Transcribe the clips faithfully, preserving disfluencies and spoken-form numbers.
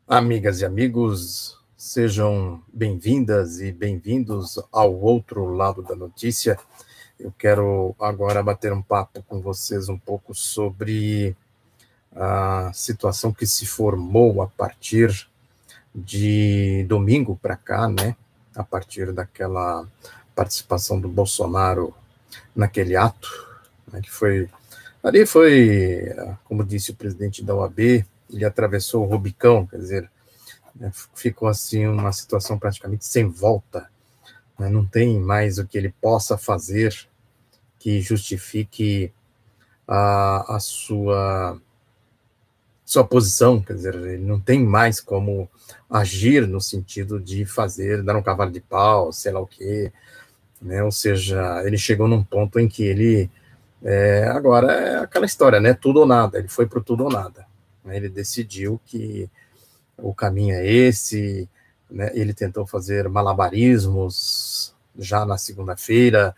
Amigas e amigos, sejam bem-vindas e bem-vindos ao outro lado da notícia. Eu quero agora bater um papo com vocês um pouco sobre a situação que se formou a partir de domingo para cá, né? A partir daquela participação do Bolsonaro naquele ato, né, que foi... Ali foi, como disse o presidente da O A B, ele atravessou o Rubicão, quer dizer, ficou assim uma situação praticamente sem volta, né? Não tem mais o que ele possa fazer que justifique a, a sua, sua posição, quer dizer, ele não tem mais como agir no sentido de fazer, dar um cavalo de pau, sei lá o quê, né? Ou seja, ele chegou num ponto em que ele, é, agora é aquela história, né? Tudo ou nada, ele foi para o tudo ou nada, né? Ele decidiu que o caminho é esse, né? Ele tentou fazer malabarismos já na segunda-feira,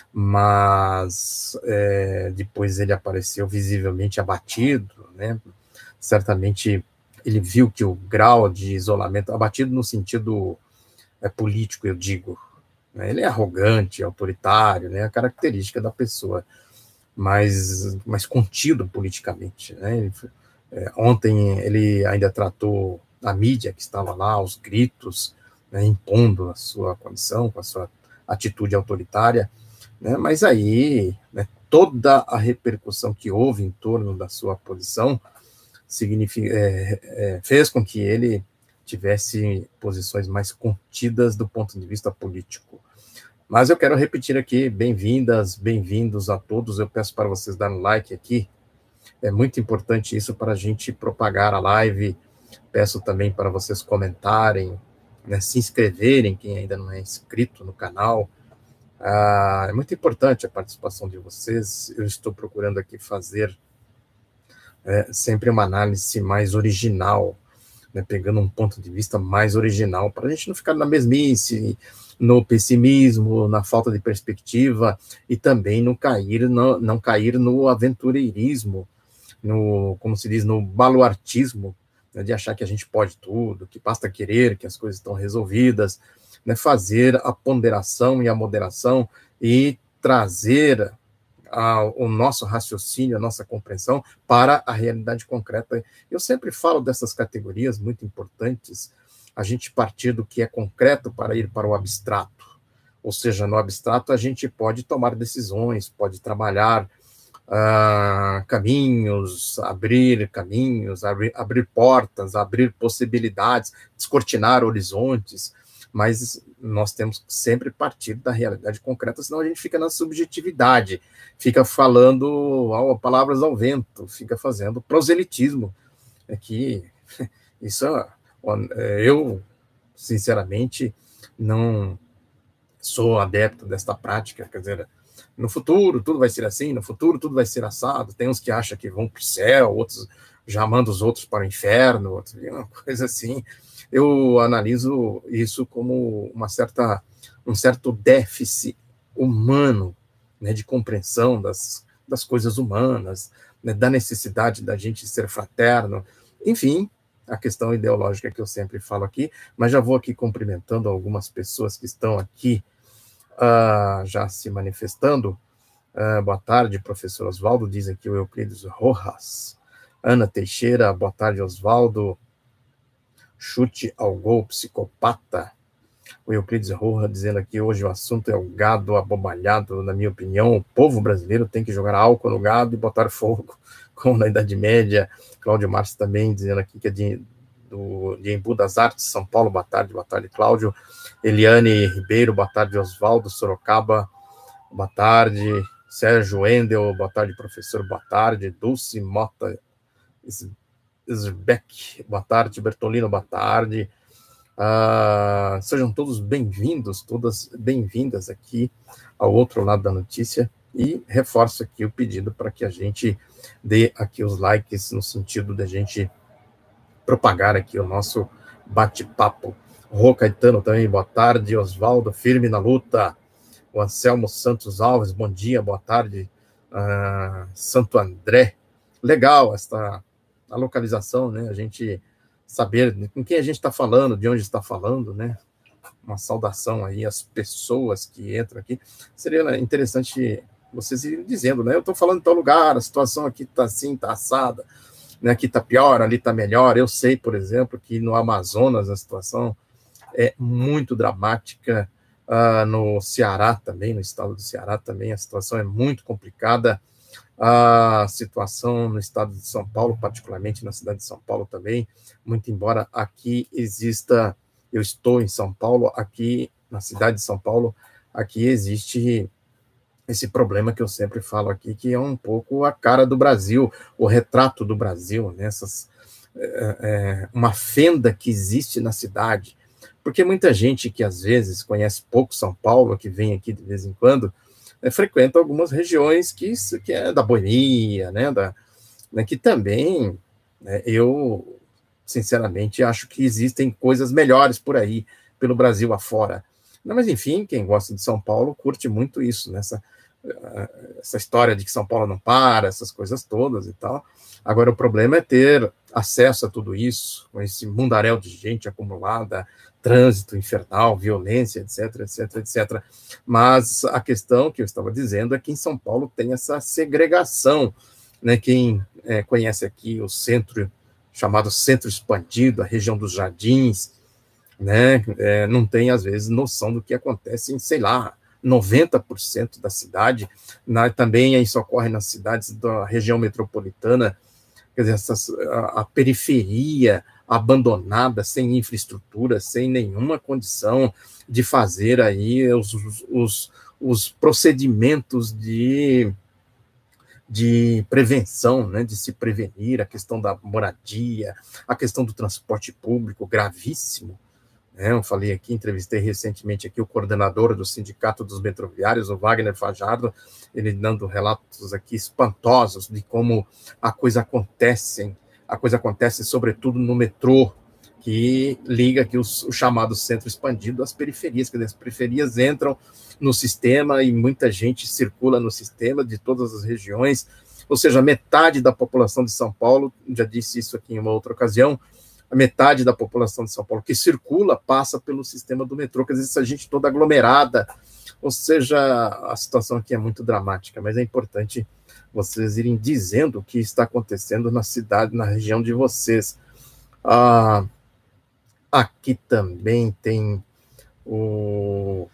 mas é, depois ele apareceu visivelmente abatido, né? Certamente ele viu que o grau de isolamento, abatido no sentido é, político, eu digo, né? Ele é arrogante, autoritário, né? A característica da pessoa, mas, mas contido politicamente, né? Ele, é, ontem ele ainda tratou a mídia que estava lá, aos gritos, né, impondo a sua condição, com a sua atitude autoritária, né, mas aí, né, toda a repercussão que houve em torno da sua posição significa, é, é, fez com que ele tivesse posições mais contidas do ponto de vista político. Mas eu quero repetir aqui, bem-vindas, bem-vindos a todos, eu peço para vocês darem um like aqui, é muito importante isso para a gente propagar a live. Peço também para vocês comentarem, né, se inscreverem, quem ainda não é inscrito no canal. Ah, é muito importante a participação de vocês. Eu estou procurando aqui fazer é, sempre uma análise mais original, né, pegando um ponto de vista mais original, para a gente não ficar na mesmice, no pessimismo, na falta de perspectiva, e também não cair no, não cair no aventureirismo, no, como se diz, no baluartismo, né, de achar que a gente pode tudo, que basta querer, que as coisas estão resolvidas, né, fazer a ponderação e a moderação e trazer a, o nosso raciocínio, a nossa compreensão para a realidade concreta. Eu sempre falo dessas categorias muito importantes, a gente partir do que é concreto para ir para o abstrato, ou seja, no abstrato a gente pode tomar decisões, pode trabalhar Uh, caminhos, abrir caminhos, abrir, abrir portas, abrir possibilidades, descortinar horizontes, mas nós temos que sempre partir da realidade concreta, senão a gente fica na subjetividade, fica falando oh, palavras ao vento, fica fazendo proselitismo. É que isso, eu, sinceramente, não sou adepto desta prática, quer dizer, no futuro tudo vai ser assim, no futuro tudo vai ser assado, tem uns que acham que vão para o céu, outros já mandam os outros para o inferno, outros, uma coisa assim. Eu analiso isso como uma certa, um certo déficit humano, né, de compreensão das, das coisas humanas, né, da necessidade da gente ser fraterno, enfim, a questão ideológica que eu sempre falo aqui, mas já vou aqui cumprimentando algumas pessoas que estão aqui Uh, já se manifestando. Uh, boa tarde, professor Oswaldo, diz aqui o Euclides Rojas. Ana Teixeira, boa tarde, Oswaldo. Chute ao gol, psicopata. O Euclides Rojas dizendo aqui, hoje o assunto é o gado abobalhado, na minha opinião, o povo brasileiro tem que jogar álcool no gado e botar fogo, como na Idade Média. Cláudio Marques também dizendo aqui que é de, do, de Embu das Artes, São Paulo, boa tarde, boa tarde, Cláudio. Eliane Ribeiro, boa tarde, Oswaldo. Sorocaba, boa tarde. Sérgio Endel, boa tarde, professor, boa tarde. Dulce Mota Sbeck, boa tarde. Bertolino, boa tarde. Uh, sejam todos bem-vindos, todas bem-vindas aqui ao outro lado da notícia, e reforço aqui o pedido para que a gente dê aqui os likes, no sentido de a gente propagar aqui o nosso bate-papo. Rô Caetano também, boa tarde. Oswaldo, firme na luta. O Anselmo Santos Alves, bom dia, boa tarde. Uh, Santo André, legal esta a localização, né? A gente saber com quem a gente está falando, de onde está falando, né? Uma saudação aí às pessoas que entram aqui. Seria interessante vocês irem dizendo, né? Eu estou falando em tal lugar, a situação aqui está assim, está assada, né? Aqui está pior, ali está melhor. Eu sei, por exemplo, que no Amazonas a situação é muito dramática, uh, no Ceará também, no estado do Ceará também, a situação é muito complicada. A situação no estado de São Paulo, particularmente na cidade de São Paulo também, muito embora aqui exista, eu estou em São Paulo, aqui na cidade de São Paulo, aqui existe esse problema que eu sempre falo aqui, que é um pouco a cara do Brasil, o retrato do Brasil, né? Essas, é, é, uma fenda que existe na cidade, porque muita gente que às vezes conhece pouco São Paulo, que vem aqui de vez em quando, é, frequenta algumas regiões que, que é da boemia, né, da, né, que também, né, eu, sinceramente, acho que existem coisas melhores por aí, pelo Brasil afora. Não, mas, enfim, quem gosta de São Paulo curte muito isso, nessa, essa história de que São Paulo não para, essas coisas todas e tal. Agora, o problema é ter acesso a tudo isso, com esse mundaréu de gente acumulada, trânsito infernal, violência, etc, etc, etcétera. Mas a questão que eu estava dizendo é que em São Paulo tem essa segregação, né? Quem é, conhece aqui o centro, chamado Centro Expandido, a região dos Jardins, né? É, não tem, às vezes, noção do que acontece em, sei lá, noventa por cento da cidade. Na, também isso ocorre nas cidades da região metropolitana, quer dizer, essas, a, a periferia abandonada, sem infraestrutura, sem nenhuma condição de fazer aí os, os, os procedimentos de, de prevenção, né, de se prevenir, a questão da moradia, a questão do transporte público, gravíssimo. Né? Eu falei aqui, entrevistei recentemente aqui o coordenador do Sindicato dos Metroviários, o Wagner Fajardo, ele dando relatos aqui espantosos de como a coisa acontece, a coisa acontece sobretudo no metrô, que liga aqui os, o chamado centro expandido às periferias, quer dizer, as periferias entram no sistema e muita gente circula no sistema de todas as regiões, ou seja, metade da população de São Paulo, já disse isso aqui em uma outra ocasião, a metade da população de São Paulo que circula passa pelo sistema do metrô, quer dizer, essa gente toda aglomerada, ou seja, a situação aqui é muito dramática, mas é importante vocês irem dizendo o que está acontecendo na cidade, na região de vocês. Ah, aqui também tem o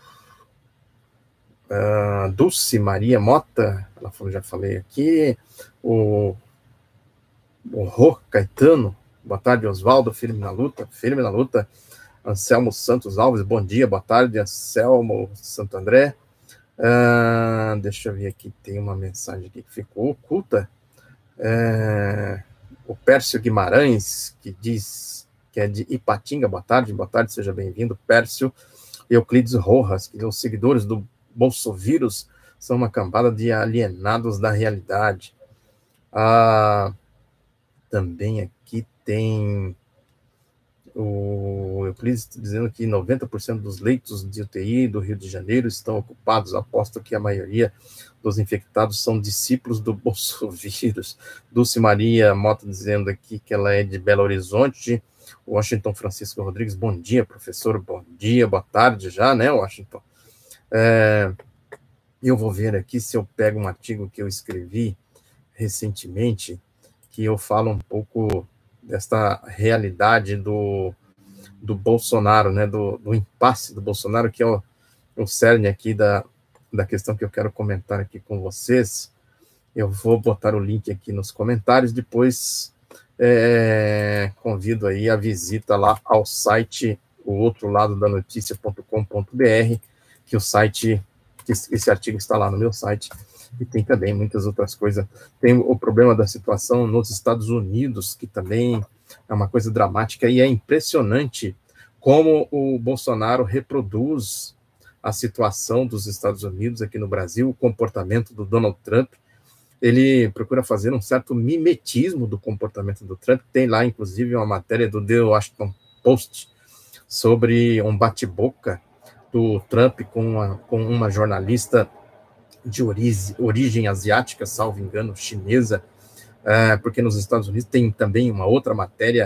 a Dulce Maria Mota, ela falou, já falei aqui, o, o Rô Caetano, boa tarde, Oswaldo, firme na luta, firme na luta. Anselmo Santos Alves, bom dia, boa tarde, Anselmo Santo André. Uh, deixa eu ver aqui, tem uma mensagem aqui que ficou oculta. Uh, o Pércio Guimarães, que diz que é de Ipatinga, boa tarde, boa tarde, seja bem-vindo, Pércio. Euclides Rojas, que os seguidores do Bolsovírus são uma cambada de alienados da realidade. Uh, também aqui tem o Euclides dizendo que noventa por cento dos leitos de U T I do Rio de Janeiro estão ocupados. Aposto que a maioria dos infectados são discípulos do Bolsovírus. Dulce Maria Mota dizendo aqui que ela é de Belo Horizonte. Washington Francisco Rodrigues, bom dia, professor, bom dia, boa tarde já, né, Washington? É, eu vou ver aqui se eu pego um artigo que eu escrevi recentemente, que eu falo um pouco desta realidade do, do Bolsonaro, né, do, do impasse do Bolsonaro, que é o, o cerne aqui da, da questão que eu quero comentar aqui com vocês. Eu vou botar o link aqui nos comentários, depois é, convido aí a visita lá ao site, o outro lado da notícia ponto com ponto br, que o site, que esse artigo está lá no meu site, e tem também muitas outras coisas. Tem o problema da situação nos Estados Unidos, que também é uma coisa dramática, e é impressionante como o Bolsonaro reproduz a situação dos Estados Unidos aqui no Brasil, o comportamento do Donald Trump. Ele procura fazer um certo mimetismo do comportamento do Trump. Tem lá, inclusive, uma matéria do The Washington Post sobre um bate-boca do Trump com uma, com uma jornalista de origem, origem asiática, salvo engano, chinesa, é, porque nos Estados Unidos tem também uma outra matéria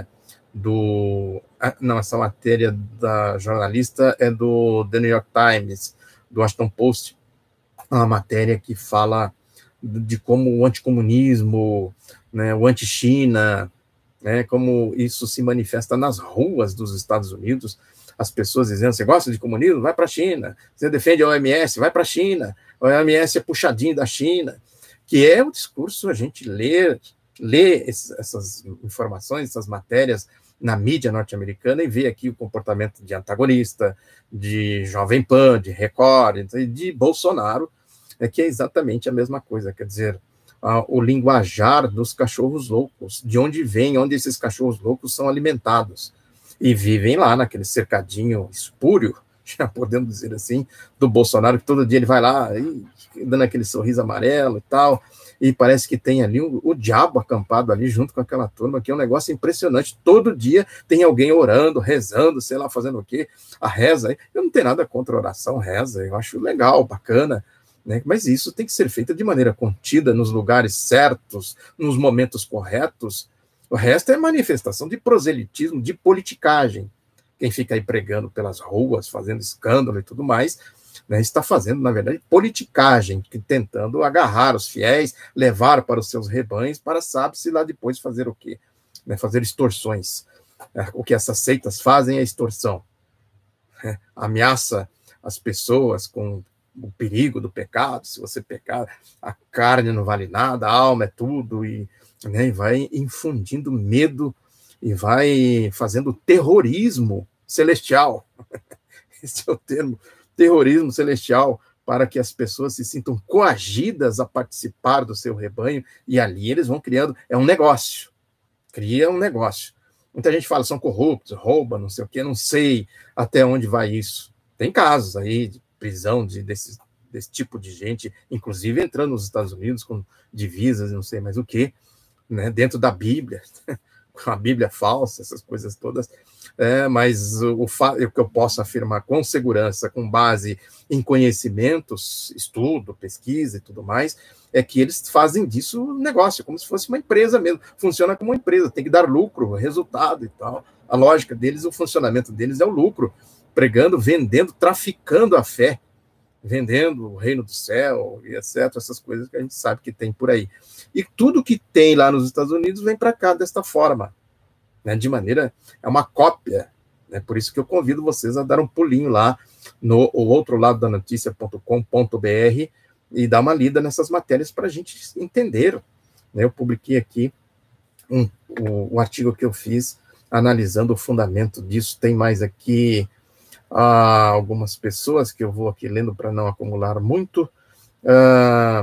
do... Ah, não, essa matéria da jornalista é do The New York Times, do Washington Post, uma matéria que fala de como o anticomunismo, né, o anti-China, né, como isso se manifesta nas ruas dos Estados Unidos, as pessoas dizendo, você gosta de comunismo? Vai para a China. Você defende a O M S? Vai para a China. A O M S é puxadinho da China. Que é o discurso, a gente lê, lê essas informações, essas matérias na mídia norte-americana e vê aqui o comportamento de antagonista, de Jovem Pan, de Record, de Bolsonaro, é que é exatamente a mesma coisa, quer dizer, uh, o linguajar dos cachorros loucos, de onde vem, onde esses cachorros loucos são alimentados, e vivem lá naquele cercadinho espúrio, já podemos dizer assim, do Bolsonaro, que todo dia ele vai lá, e, dando aquele sorriso amarelo e tal, e parece que tem ali o, o diabo acampado ali junto com aquela turma, que é um negócio impressionante, todo dia tem alguém orando, rezando, sei lá, fazendo o quê, a reza, eu não tenho nada contra a oração, reza, eu acho legal, bacana, né? Mas isso tem que ser feito de maneira contida, nos lugares certos, nos momentos corretos. O resto é manifestação de proselitismo, de politicagem. Quem fica aí pregando pelas ruas, fazendo escândalo e tudo mais, né, está fazendo, na verdade, politicagem, tentando agarrar os fiéis, levar para os seus rebanhos, para sabe-se lá depois fazer o quê? Né, fazer extorsões. O que essas seitas fazem é extorsão. É, ameaça as pessoas com o perigo do pecado, se você pecar, a carne não vale nada, a alma é tudo, e, né, e vai infundindo medo, e vai fazendo terrorismo celestial. Esse é o termo, terrorismo celestial, para que as pessoas se sintam coagidas a participar do seu rebanho, e ali eles vão criando, é um negócio, cria um negócio. Muita gente fala, são corruptos, roubam, não sei o quê, não sei até onde vai isso. Tem casos aí de prisão de, desse, desse tipo de gente, inclusive entrando nos Estados Unidos com divisas e não sei mais o quê, né, dentro da Bíblia, com a Bíblia falsa, essas coisas todas. É, mas o, o, o que eu posso afirmar com segurança, com base em conhecimentos, estudo, pesquisa e tudo mais, é que eles fazem disso um negócio, como se fosse uma empresa mesmo. Funciona como uma empresa, tem que dar lucro, resultado e tal. A lógica deles, o funcionamento deles é o lucro, pregando, vendendo, traficando a fé, vendendo o reino do céu, e etcétera, essas coisas que a gente sabe que tem por aí. E tudo que tem lá nos Estados Unidos vem para cá desta forma, né, de maneira, é uma cópia, né, por isso que eu convido vocês a dar um pulinho lá no o outro lado da notícia ponto com ponto br e dar uma lida nessas matérias para a gente entender, né. Eu publiquei aqui um, o, o artigo que eu fiz analisando o fundamento disso, tem mais aqui ah, algumas pessoas que eu vou aqui lendo para não acumular muito. Ah,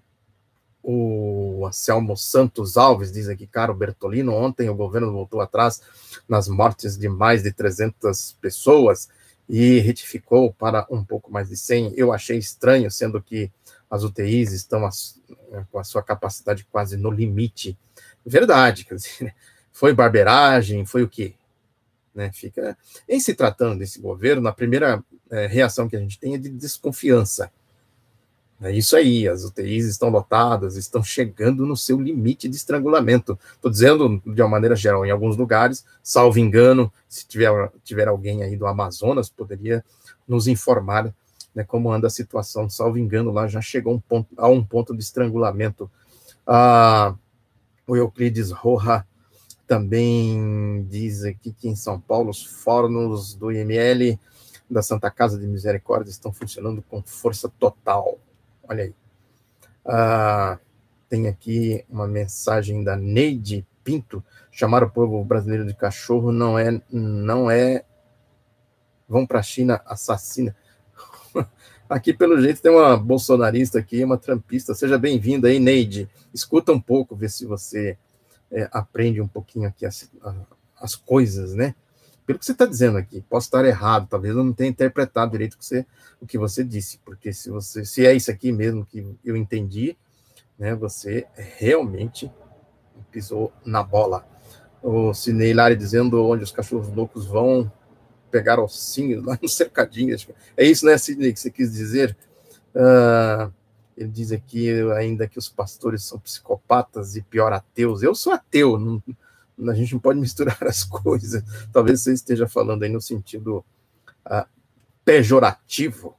o Anselmo Santos Alves diz aqui, caro Bertolino, ontem o governo voltou atrás nas mortes de mais de trezentas pessoas e retificou para um pouco mais de cem. Eu achei estranho, sendo que as U T Is estão a, com a sua capacidade quase no limite. Verdade, quer dizer, foi barbeiragem, foi o quê? Né, fica, em se tratando desse governo, a primeira é, reação que a gente tem é de desconfiança. É isso aí, as U T Is estão lotadas, estão chegando no seu limite de estrangulamento. Estou dizendo de uma maneira geral, em alguns lugares, salvo engano, se tiver, tiver alguém aí do Amazonas, poderia nos informar, né, como anda a situação. Salvo engano, lá já chegou um ponto, a um ponto de estrangulamento. Ah, o Euclides Roja também diz aqui que em São Paulo os fornos do I M L da Santa Casa de Misericórdia estão funcionando com força total. Olha aí. Ah, tem aqui uma mensagem da Neide Pinto. Chamar o povo brasileiro de cachorro não é... não é vão para a China, assassina. Aqui, pelo jeito, tem uma bolsonarista aqui, uma trampista. Seja bem-vinda aí, Neide. Escuta um pouco, vê se você é, aprende um pouquinho aqui as, as coisas, né? Pelo que você está dizendo aqui, posso estar errado, talvez eu não tenha interpretado direito o que você, o que você disse, porque se, você, se é isso aqui mesmo que eu entendi, né, você realmente pisou na bola. O Cinei Lari dizendo onde os cachorros loucos vão pegar ossinhos lá no cercadinho. É isso, né, Sidney, que você quis dizer? Uh, ele diz aqui ainda que os pastores são psicopatas e pior ateus. Eu sou ateu, não, a gente não pode misturar as coisas. Talvez você esteja falando aí no sentido uh, pejorativo.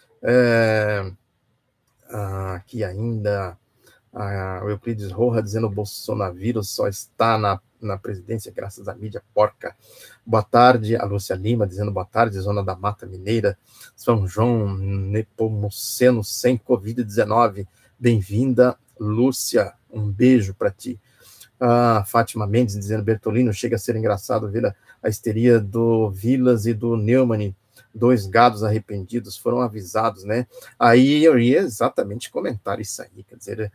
É, uh, aqui ainda, uh, o Euclides Roja dizendo que o Bolsonaro só está na, na presidência graças à mídia porca. Boa tarde, a Lúcia Lima dizendo boa tarde, Zona da Mata Mineira, São João Nepomuceno sem covid dezenove. Bem-vinda, Lúcia, um beijo para ti. A Fátima Mendes dizendo Bertolino, chega a ser engraçado ver a, a histeria do Vilas e do Neumann, dois gados arrependidos, foram avisados, né? Aí eu ia exatamente comentar isso aí, quer dizer,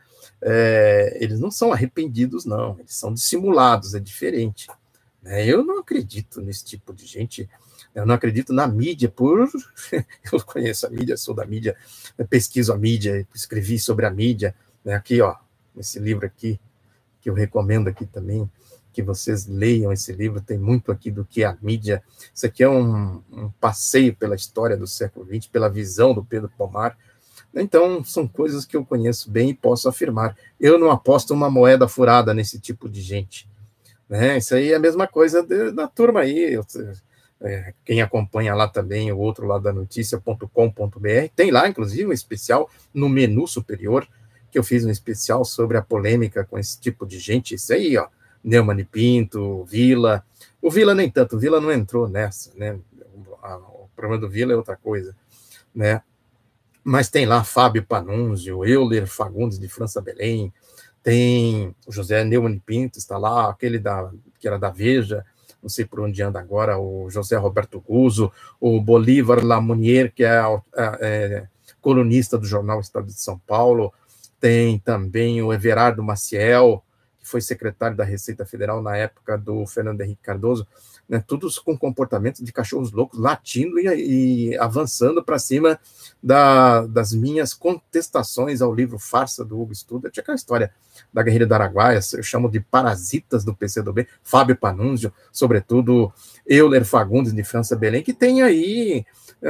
é, eles não são arrependidos, não, eles são dissimulados, é diferente. Né? Eu não acredito nesse tipo de gente, eu não acredito na mídia, por eu conheço a mídia, sou da mídia, pesquiso a mídia, escrevi sobre a mídia, né? Aqui, ó, esse livro aqui, que eu recomendo aqui também, que vocês leiam esse livro, tem muito aqui do que é a mídia. Isso aqui é um, um passeio pela história do século vinte, pela visão do Pedro Pomar. Então, são coisas que eu conheço bem e posso afirmar. Eu não aposto uma moeda furada nesse tipo de gente. Né? Isso aí é a mesma coisa de, da turma aí. Eu, é, quem acompanha lá também, o outro lado da notícia ponto com ponto br, tem lá, inclusive, um especial no menu superior, que eu fiz um especial sobre a polêmica com esse tipo de gente, isso aí, ó, Neumann e Pinto, Vila, o Vila nem tanto, o Vila não entrou nessa, né, o problema do Vila é outra coisa, né, mas tem lá Fábio Panunzio, Euler Fagundes de França Belém, tem o José Neumann e Pinto, está lá, aquele da, que era da Veja, não sei por onde anda agora, o José Roberto Guzzo, o Bolívar Lamounier, que é, é colunista do jornal Estado de São Paulo, tem também o Everardo Maciel, que foi secretário da Receita Federal na época do Fernando Henrique Cardoso, né, todos com comportamento de cachorros loucos, latindo e, e avançando para cima da, das minhas contestações ao livro Farsa do Hugo Studart, aquela história da Guerrilha do Araguaia, eu chamo de parasitas do P C do B, Fábio Panunzio, sobretudo Euler Fagundes de França Belém, que tem aí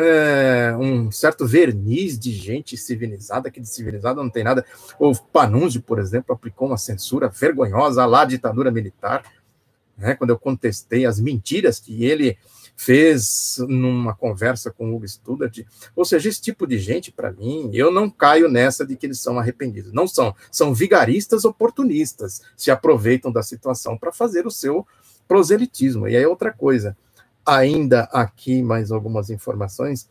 é, um certo verniz de gente civilizada, que de civilizada não tem nada. O Panunzio, por exemplo, aplicou uma censura vergonhosa lá à ditadura militar, né, quando eu contestei as mentiras que ele fez numa conversa com o Hugo Studart. Ou seja, esse tipo de gente, para mim, eu não caio nessa de que eles são arrependidos. Não são. São vigaristas oportunistas, se aproveitam da situação para fazer o seu proselitismo. E aí é outra coisa. Ainda aqui mais algumas informações.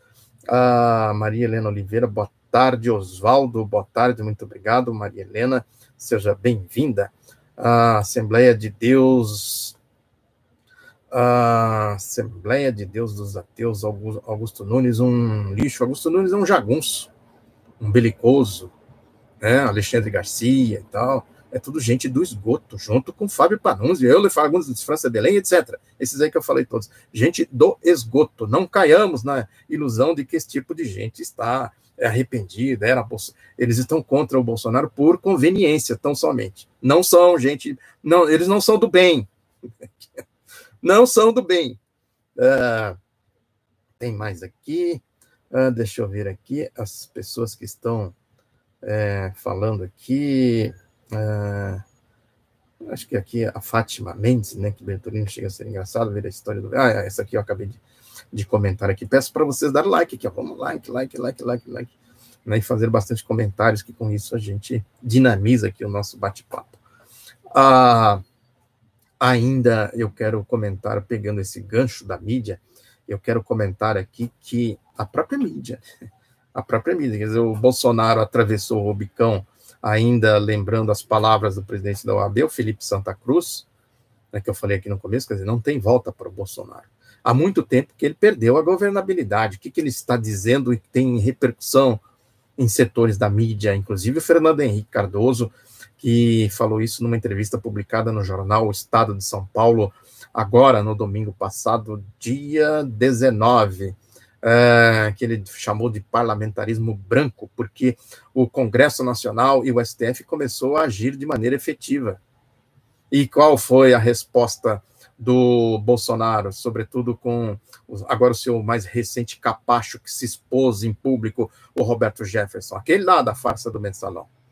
A Maria Helena Oliveira, boa tarde, Oswaldo, boa tarde, muito obrigado, Maria Helena, seja bem-vinda. A Assembleia de Deus, a Assembleia de Deus dos Ateus, Augusto Nunes, um lixo. Augusto Nunes é um jagunço, um belicoso, né? Alexandre Garcia e tal, é tudo gente do esgoto, junto com Fábio Panunzio, Euler Fagundes de França Belém, etcétera. Esses aí que eu falei todos, gente do esgoto. Não caiamos na ilusão de que esse tipo de gente está arrependida, era Bolso... eles estão contra o Bolsonaro por conveniência, tão somente. Não são gente, não, eles não são do bem. Não são do bem. Uh, tem mais aqui. Uh, deixa eu ver aqui as pessoas que estão é, falando aqui. Uh, acho que aqui a Fátima Mendes, né, que Bertolino chega a ser engraçado ver a história do... Ah, essa aqui eu acabei de, de comentar aqui. Peço para vocês dar like aqui, ó. Vamos like, like, like, like, like, né, e fazer bastante comentários, que com isso a gente dinamiza aqui o nosso bate-papo. Ah, ainda eu quero comentar, pegando esse gancho da mídia, eu quero comentar aqui que a própria mídia, a própria mídia, quer dizer, o Bolsonaro atravessou o Rubicão, ainda lembrando as palavras do presidente da O A B, o Felipe Santa Cruz, né, que eu falei aqui no começo, quer dizer, não tem volta para o Bolsonaro. Há muito tempo que ele perdeu a governabilidade. O que, que ele está dizendo e tem repercussão em setores da mídia, inclusive o Fernando Henrique Cardoso, que falou isso numa entrevista publicada no jornal O Estado de São Paulo, agora no domingo passado, dia dezenove, é, que ele chamou de parlamentarismo branco, porque o Congresso Nacional e o S T F começou a agir de maneira efetiva. E qual foi a resposta do Bolsonaro, sobretudo com agora o seu mais recente capacho que se expôs em público, o Roberto Jefferson, aquele lá da farsa do mensalão?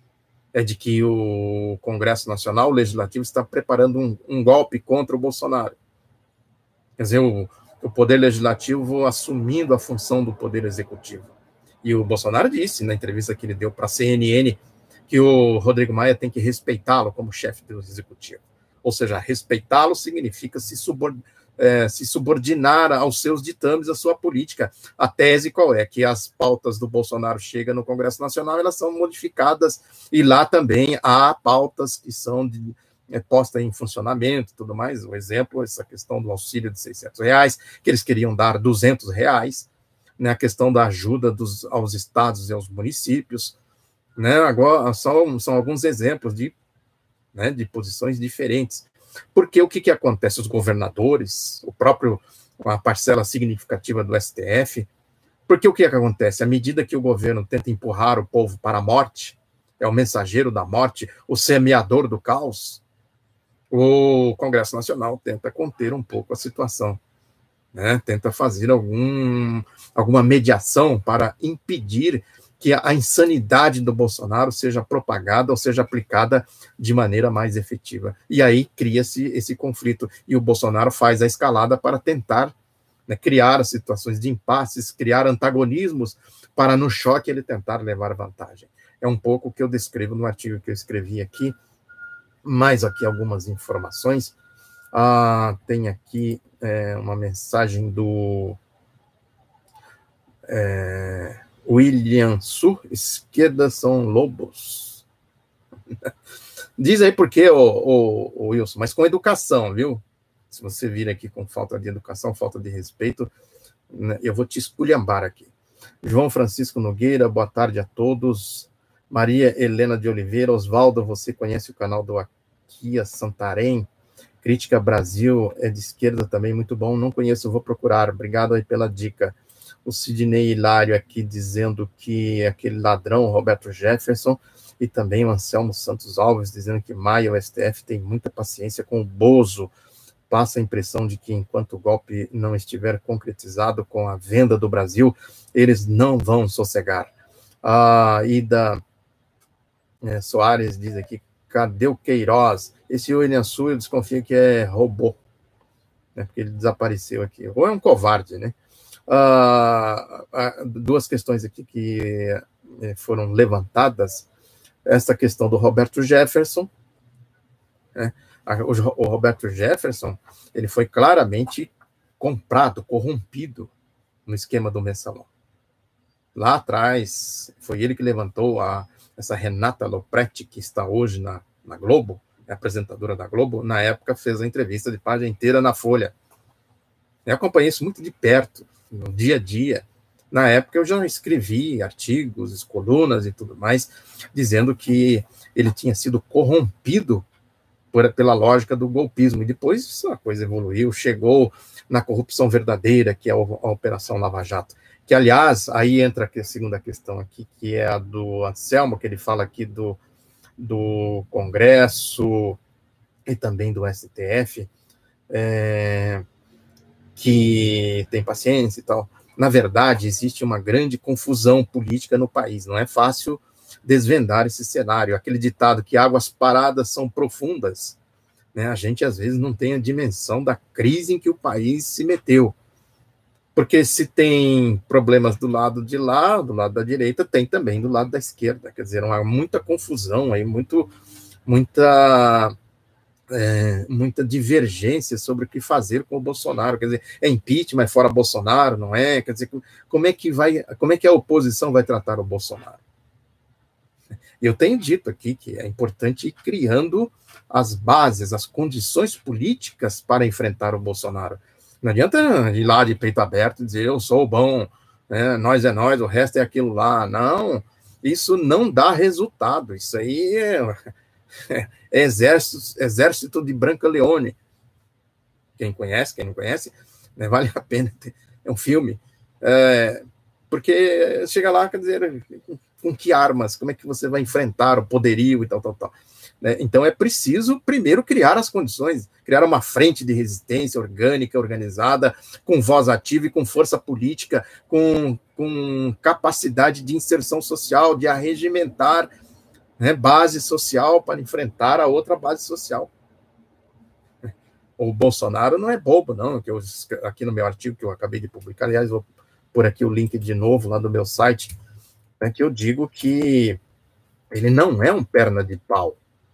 é de que o Congresso Nacional, o Legislativo, está preparando um, um golpe contra o Bolsonaro. Quer dizer, o, o Poder Legislativo assumindo a função do Poder Executivo. E o Bolsonaro disse, na entrevista que ele deu para a C N N, que o Rodrigo Maia tem que respeitá-lo como chefe do Executivo. Ou seja, respeitá-lo significa se subordinar, É, se subordinar aos seus ditames, à sua política. A tese qual é? Que as pautas do Bolsonaro chegam no Congresso Nacional, elas são modificadas, e lá também há pautas que são de, é, postas em funcionamento e tudo mais. O exemplo, essa questão do auxílio de seiscentos reais, que eles queriam dar duzentos reais, né, a questão da ajuda dos, aos estados e aos municípios, né, agora são, são alguns exemplos de, né, de posições diferentes. Porque o que, que acontece? Os governadores, o próprio, uma parcela significativa do S T F, porque o que, que acontece? À medida que o governo tenta empurrar o povo para a morte, é o mensageiro da morte, o semeador do caos, o Congresso Nacional tenta conter um pouco a situação, né? Tenta fazer algum, alguma mediação para impedir que a insanidade do Bolsonaro seja propagada ou seja aplicada de maneira mais efetiva. E aí cria-se esse conflito, e o Bolsonaro faz a escalada para tentar, né, criar situações de impasses, criar antagonismos, para no choque ele tentar levar vantagem. É um pouco o que eu descrevo no artigo que eu escrevi aqui, mais aqui algumas informações. Ah, tem aqui é, uma mensagem do... É, William Sur, esquerda são lobos. Diz aí por quê, ô, ô, ô Wilson, mas com educação, viu? Se você vir aqui com falta de educação, falta de respeito, né, eu vou te esculhambar aqui. João Francisco Nogueira, boa tarde a todos. Maria Helena de Oliveira, Oswaldo, você conhece o canal do Akia Santarém? Crítica Brasil é de esquerda também, muito bom. Não conheço, vou procurar. Obrigado aí pela dica. O Sidney Hilário aqui dizendo que aquele ladrão, Roberto Jefferson, e também o Anselmo Santos Alves dizendo que Maia, o S T F, tem muita paciência com o Bozo. Passa a impressão de que enquanto o golpe não estiver concretizado com a venda do Brasil, eles não vão sossegar. A Ida é, Soares diz aqui, cadê o Queiroz? Esse William Sul, eu desconfio que é robô, né, porque ele desapareceu aqui. Ou é um covarde, né? Uh, uh, duas questões aqui que uh, foram levantadas. Essa questão do Roberto Jefferson, né? o, o Roberto Jefferson, ele foi claramente comprado, corrompido no esquema do mensalão. Lá atrás, foi ele que levantou a, essa Renata Lopretti, que está hoje na, na Globo, é apresentadora da Globo, na época fez a entrevista de página inteira na Folha. Eu acompanhei isso muito de perto, no dia a dia. Na época eu já escrevi artigos, colunas e tudo mais, dizendo que ele tinha sido corrompido por, pela lógica do golpismo, e depois a coisa evoluiu, chegou na corrupção verdadeira, que é a, a Operação Lava Jato, que, aliás, aí entra a segunda questão aqui, que é a do Anselmo, que ele fala aqui do, do Congresso e também do S T F, é... que tem paciência e tal. Na verdade, existe uma grande confusão política no país. Não é fácil desvendar esse cenário. Aquele ditado que águas paradas são profundas, né? A gente, às vezes, não tem a dimensão da crise em que o país se meteu. Porque se tem problemas do lado de lá, do lado da direita, tem também do lado da esquerda. Quer dizer, há muita confusão, aí, muito, muita... É, muita divergência sobre o que fazer com o Bolsonaro. Quer dizer, é impeachment, é fora Bolsonaro, não é? Quer dizer, como é que vai, como é que a oposição vai tratar o Bolsonaro? Eu tenho dito aqui que é importante ir criando as bases, as condições políticas para enfrentar o Bolsonaro. Não adianta ir lá de peito aberto e dizer eu sou o bom, né, nós é nós, o resto é aquilo lá. Não, isso não dá resultado. Isso aí é... É, exército, exército de Branca Leone. Quem conhece, quem não conhece, né, vale a pena ter, é um filme, é, porque chega lá, quer dizer, com que armas, como é que você vai enfrentar o poderio e tal, tal, tal, né? Então é preciso primeiro criar as condições, criar uma frente de resistência orgânica, organizada, com voz ativa e com força política, com, com capacidade de inserção social, de arregimentar né, base social para enfrentar a outra base social. O Bolsonaro não é bobo, não, que eu, aqui no meu artigo que eu acabei de publicar, aliás, vou pôr aqui o link de novo lá do meu site, né, que eu digo que ele não é um perna de pau.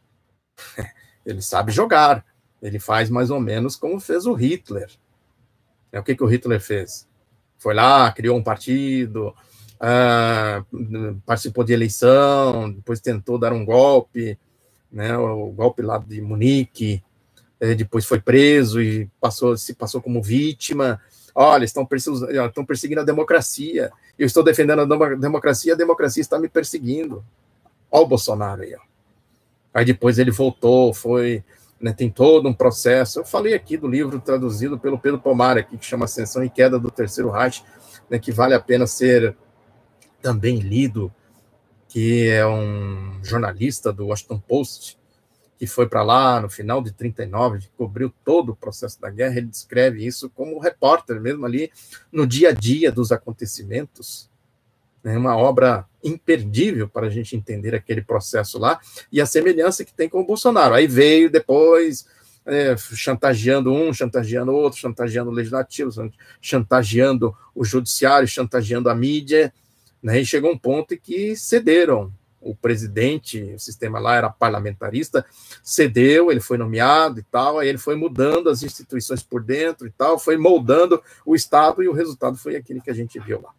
Ele sabe jogar, ele faz mais ou menos como fez o Hitler. O que, que o Hitler fez? Foi lá, criou um partido, ah, participou de eleição, depois tentou dar um golpe, né, o golpe lá de Munique, depois foi preso e passou, se passou como vítima. Olha, estão perseguindo, estão perseguindo a democracia, eu estou defendendo a democracia, a democracia está me perseguindo. Olha o Bolsonaro aí, ó. Aí depois ele voltou, foi, né, tem todo um processo. Eu falei aqui do livro traduzido pelo Pedro Pomar, aqui, que chama Ascensão e Queda do Terceiro Reich, né, que vale a pena ser também lido, que é um jornalista do Washington Post, que foi para lá no final de trinta e nove, que cobriu todo o processo da guerra. Ele descreve isso como repórter, mesmo ali no dia a dia dos acontecimentos. É uma obra imperdível para a gente entender aquele processo lá e a semelhança que tem com o Bolsonaro. Aí veio depois é, chantageando um, chantageando outro, chantageando o legislativo, chantageando o judiciário, chantageando a mídia, né? E chegou um ponto em que cederam. O presidente, o sistema lá era parlamentarista, cedeu, ele foi nomeado e tal, aí ele foi mudando as instituições por dentro e tal, foi moldando o Estado e o resultado foi aquele que a gente viu lá.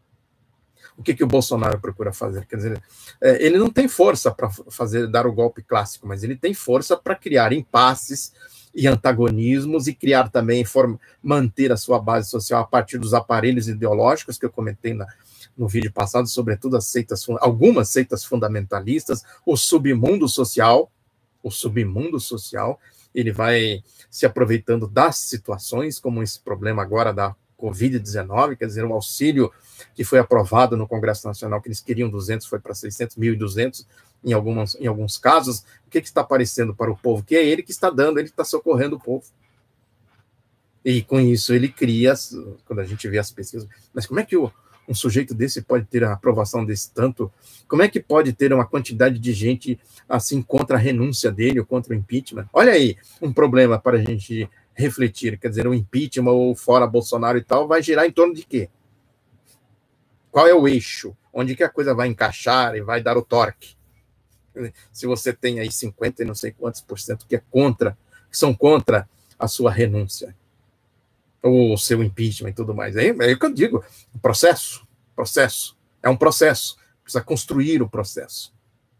O que, que o Bolsonaro procura fazer? Quer dizer, é, ele não tem força para fazer dar o golpe clássico, mas ele tem força para criar impasses e antagonismos e criar também, forma, manter a sua base social a partir dos aparelhos ideológicos que eu comentei na, no vídeo passado, sobretudo as seitas, algumas seitas fundamentalistas, o submundo social, o submundo social, ele vai se aproveitando das situações, como esse problema agora da covid dezenove, quer dizer, um auxílio que foi aprovado no Congresso Nacional, que eles queriam duzentos, foi para seiscentos, mil e duzentos em, algumas, em alguns casos. O que, que está aparecendo para o povo? Que é ele que está dando, ele que está socorrendo o povo. E com isso ele cria, quando a gente vê as pesquisas, mas como é que o, um sujeito desse pode ter a aprovação desse tanto? Como é que pode ter uma quantidade de gente assim contra a renúncia dele ou contra o impeachment? Olha aí, um problema para a gente refletir, quer dizer, o impeachment ou fora Bolsonaro e tal, vai girar em torno de quê? Qual é o eixo? Onde que a coisa vai encaixar e vai dar o torque? Se você tem aí cinquenta e não sei quantos por cento que é contra, que são contra a sua renúncia, ou o seu impeachment e tudo mais. É, é o que eu digo, processo, processo, é um processo, precisa construir o processo.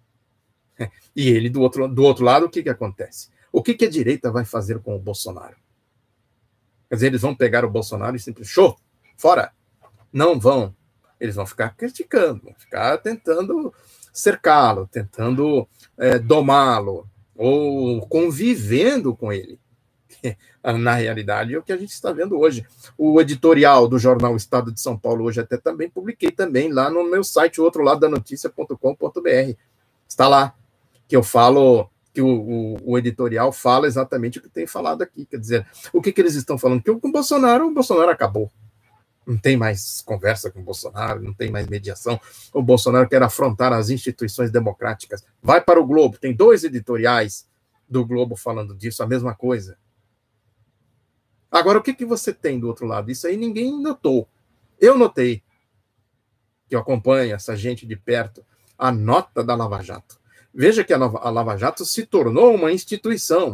E ele, do outro, do outro lado, o que, que acontece? O que, que a direita vai fazer com o Bolsonaro? Quer dizer, eles vão pegar o Bolsonaro e simplesmente, show, fora. Não vão. Eles vão ficar criticando, vão ficar tentando cercá-lo, tentando é, domá-lo, ou convivendo com ele. Na realidade, é o que a gente está vendo hoje. O editorial do jornal Estado de São Paulo, hoje até também publiquei também lá no meu site, o outro lado da notícia ponto com ponto br. Está lá, que eu falo, que o, o, o editorial fala exatamente o que tem falado aqui. Quer dizer, o que, que eles estão falando? Que com o Bolsonaro, o Bolsonaro acabou. Não tem mais conversa com o Bolsonaro, não tem mais mediação. O Bolsonaro quer afrontar as instituições democráticas. Vai para o Globo, tem dois editoriais do Globo falando disso, a mesma coisa. Agora, o que, que você tem do outro lado? Isso aí ninguém notou. Eu notei, que eu acompanho essa gente de perto, a nota da Lava Jato. Veja que a Lava Jato se tornou uma instituição.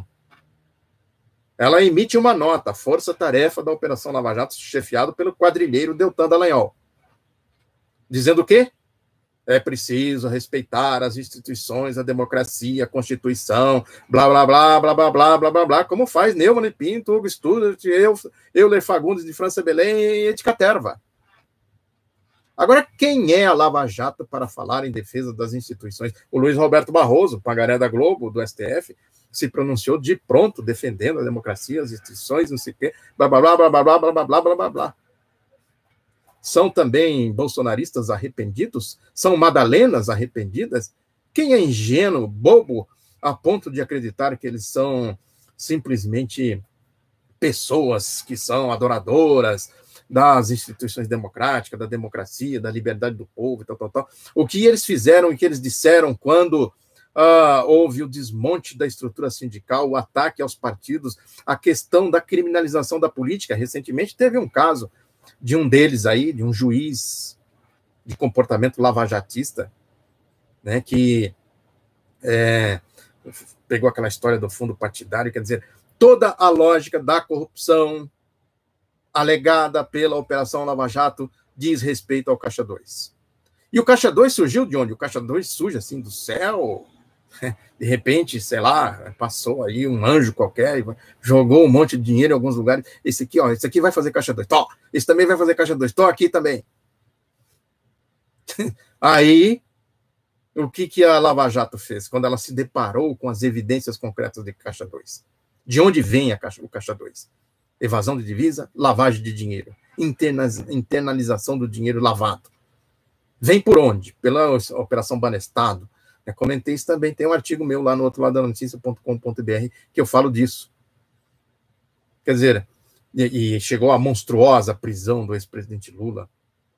Ela emite uma nota, força-tarefa da Operação Lava Jato, chefiado pelo quadrilheiro Deltan Dallagnol. Dizendo o quê? É preciso respeitar as instituições, a democracia, a Constituição, blá, blá, blá, blá, blá, blá, blá, blá, blá, como faz Neumann e Pinto, Hugo Studart, Euler Fagundes de França Belém e de Caterva. Agora, quem é a Lava Jato para falar em defesa das instituições? O Luiz Roberto Barroso, pagaré da Globo, do S T F, se pronunciou de pronto defendendo a democracia, as instituições, não sei o quê, blá, blá, blá, blá, blá, blá, blá, blá, blá, blá, blá, blá. São também bolsonaristas arrependidos? São madalenas arrependidas? Quem é ingênuo, bobo, a ponto de acreditar que eles são simplesmente pessoas que são adoradoras, das instituições democráticas, da democracia, da liberdade do povo, e tal, tal, tal. O que eles fizeram e o que eles disseram quando uh, houve o desmonte da estrutura sindical, o ataque aos partidos, a questão da criminalização da política. Recentemente teve um caso de um deles aí, de um juiz de comportamento lavajatista, né, que é, pegou aquela história do fundo partidário, quer dizer, toda a lógica da corrupção alegada pela Operação Lava Jato diz respeito ao Caixa dois. E o Caixa dois surgiu de onde? O Caixa dois surge assim do céu, de repente, sei lá, passou aí um anjo qualquer, jogou um monte de dinheiro em alguns lugares, esse aqui, ó, esse aqui vai fazer Caixa dois, tó, esse também vai fazer Caixa dois, tô aqui também. Aí, o que, que a Lava Jato fez quando ela se deparou com as evidências concretas de Caixa dois? De onde vem a caixa, o Caixa dois? Evasão de divisa, lavagem de dinheiro, internalização do dinheiro lavado. Vem por onde? Pela Operação Banestado. Eu comentei isso também, tem um artigo meu lá no outro lado da notícia ponto com ponto br que eu falo disso. Quer dizer, e, e chegou a monstruosa prisão do ex-presidente Lula,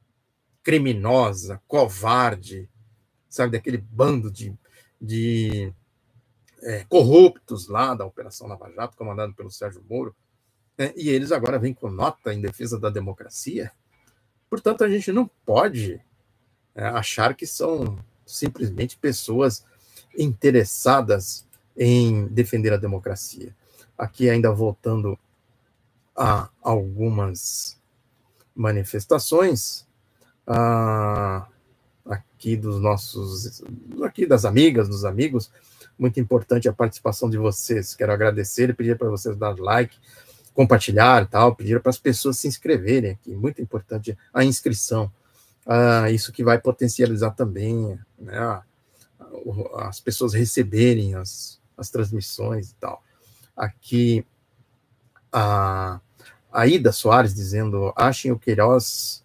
criminosa, covarde, sabe, daquele bando de, de é, corruptos lá da Operação Lava Jato, comandado pelo Sérgio Moro, né, e eles agora vêm com nota em defesa da democracia. Portanto, a gente não pode é, achar que são simplesmente pessoas interessadas em defender a democracia. Aqui, ainda voltando a algumas manifestações, ah, aqui dos nossos, aqui das amigas, dos amigos, muito importante a participação de vocês. Quero agradecer e pedir para vocês dar like, compartilhar e tal, pedir para as pessoas se inscreverem aqui, muito importante a inscrição. Ah, isso que vai potencializar também, né, as pessoas receberem as, as transmissões e tal. Aqui, a, a Ida Soares dizendo, achem o Queiroz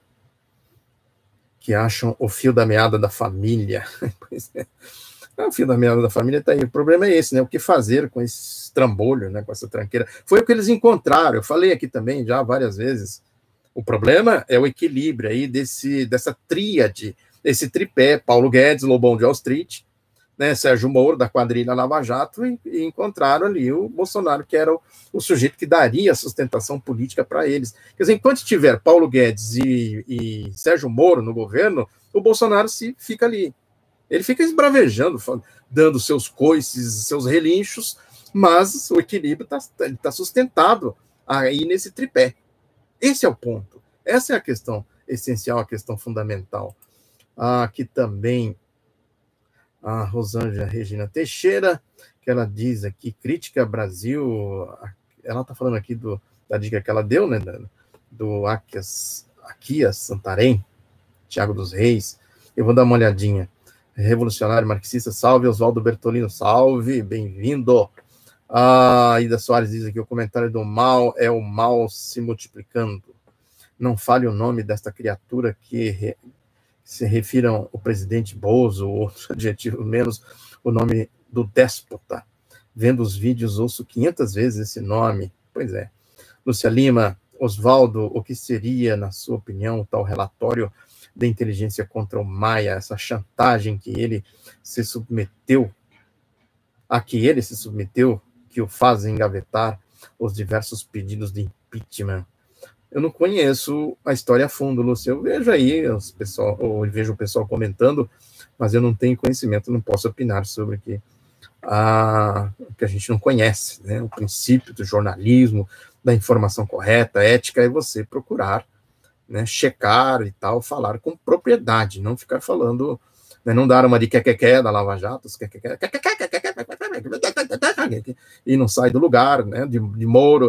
que acham o fio da meada da família. Pois é. O fio da meada da família está aí. O problema é esse, né? O que fazer com esse trambolho, né? Com essa tranqueira. Foi o que eles encontraram. Eu falei aqui também já várias vezes. O problema é o equilíbrio aí desse, dessa tríade, esse tripé, Paulo Guedes, Lobão de Wall Street, né, Sérgio Moro, da quadrilha Lava Jato, e, e encontraram ali o Bolsonaro, que era o, o sujeito que daria sustentação política para eles. Quer dizer, enquanto tiver Paulo Guedes e, e Sérgio Moro no governo, o Bolsonaro se fica ali. Ele fica esbravejando, dando seus coices, seus relinchos, mas o equilíbrio está tá sustentado aí nesse tripé. Esse é o ponto. Essa é a questão essencial, a questão fundamental. Aqui também a Rosângela Regina Teixeira, que ela diz aqui, crítica Brasil, ela está falando aqui do, da dica que ela deu, né, do Aquias, Aquias Santarém, Tiago dos Reis. Eu vou dar uma olhadinha. Revolucionário marxista, salve. Oswaldo Bertolino, salve, bem-vindo. A Ida Soares diz aqui, o comentário do mal é o mal se multiplicando. Não fale o nome desta criatura que re, se refiram o presidente Bozo, ou outro adjetivo menos, o nome do déspota. Vendo os vídeos, ouço quinhentas vezes esse nome. Pois é. Lúcia Lima, Oswaldo, o que seria, na sua opinião, o tal relatório da inteligência contra o Maia, essa chantagem que ele se submeteu, a que ele se submeteu, que o faz engavetar os diversos pedidos de impeachment? Eu não conheço a história a fundo, Lúcia. Eu vejo aí, os pessoal, ou vejo o pessoal comentando, mas eu não tenho conhecimento, não posso opinar sobre que a que a gente não conhece, né? O princípio do jornalismo, da informação correta, ética, é você procurar, né, checar e tal, falar com propriedade, não ficar falando, né, não dar uma de que-que-que da Lava Jato, e não sai do lugar, né, de, de Moro,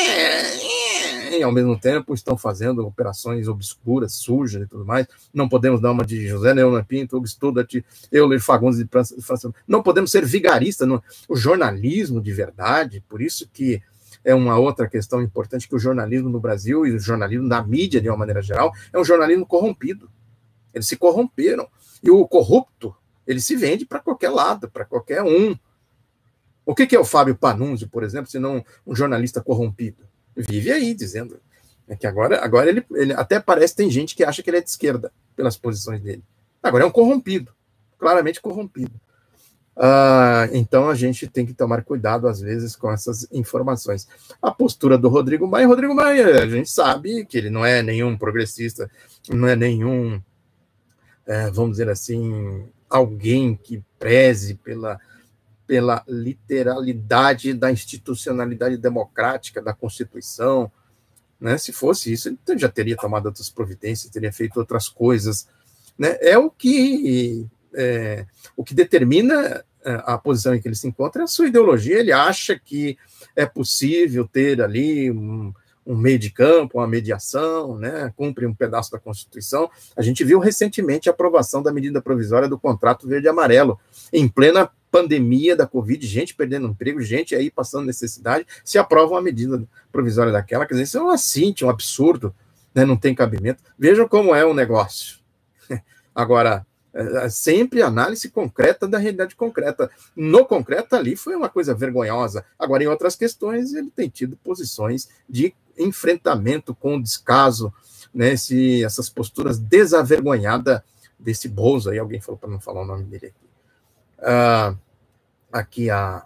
e ao mesmo tempo estão fazendo operações obscuras, sujas e tudo mais. Não podemos dar uma de José Neumann Pinto, Studat, Euler Fagundes de França. Não podemos ser vigaristas. No, o jornalismo de verdade, por isso que é uma outra questão importante, que o jornalismo no Brasil e o jornalismo da mídia, de uma maneira geral, é um jornalismo corrompido. Eles se corromperam. E o corrupto, ele se vende para qualquer lado, para qualquer um. O que é o Fábio Panunzio, por exemplo, se não um jornalista corrompido? Vive aí dizendo, É que agora, agora ele, ele até parece, tem gente que acha que ele é de esquerda, pelas posições dele. Agora é um corrompido, claramente corrompido. Ah, então a gente tem que tomar cuidado, às vezes, com essas informações. A postura do Rodrigo Maia, Rodrigo Maia, a gente sabe que ele não é nenhum progressista, não é nenhum, é, vamos dizer assim, alguém que preze pela, pela literalidade da institucionalidade democrática, da Constituição, né? Se fosse isso, ele já teria tomado outras providências, teria feito outras coisas, né? É o que, é, o que determina a posição em que ele se encontra é a sua ideologia. Ele acha que é possível ter ali um, um meio de campo, uma mediação, né? Cumpre um pedaço da Constituição. A gente viu recentemente a aprovação da medida provisória do contrato verde e amarelo, em plena pandemia da Covid, gente perdendo emprego, gente aí passando necessidade, se aprova uma medida provisória daquela, quer dizer, isso é um assinte, um absurdo, né? Não tem cabimento. Vejam como é o negócio. Agora, sempre análise concreta da realidade concreta. No concreto, ali foi uma coisa vergonhosa. Agora, em outras questões, ele tem tido posições de enfrentamento com o descaso, né? Esse, essas posturas desavergonhadas desse Bozo aí, alguém falou para não falar o nome dele aqui. Ah, aqui a,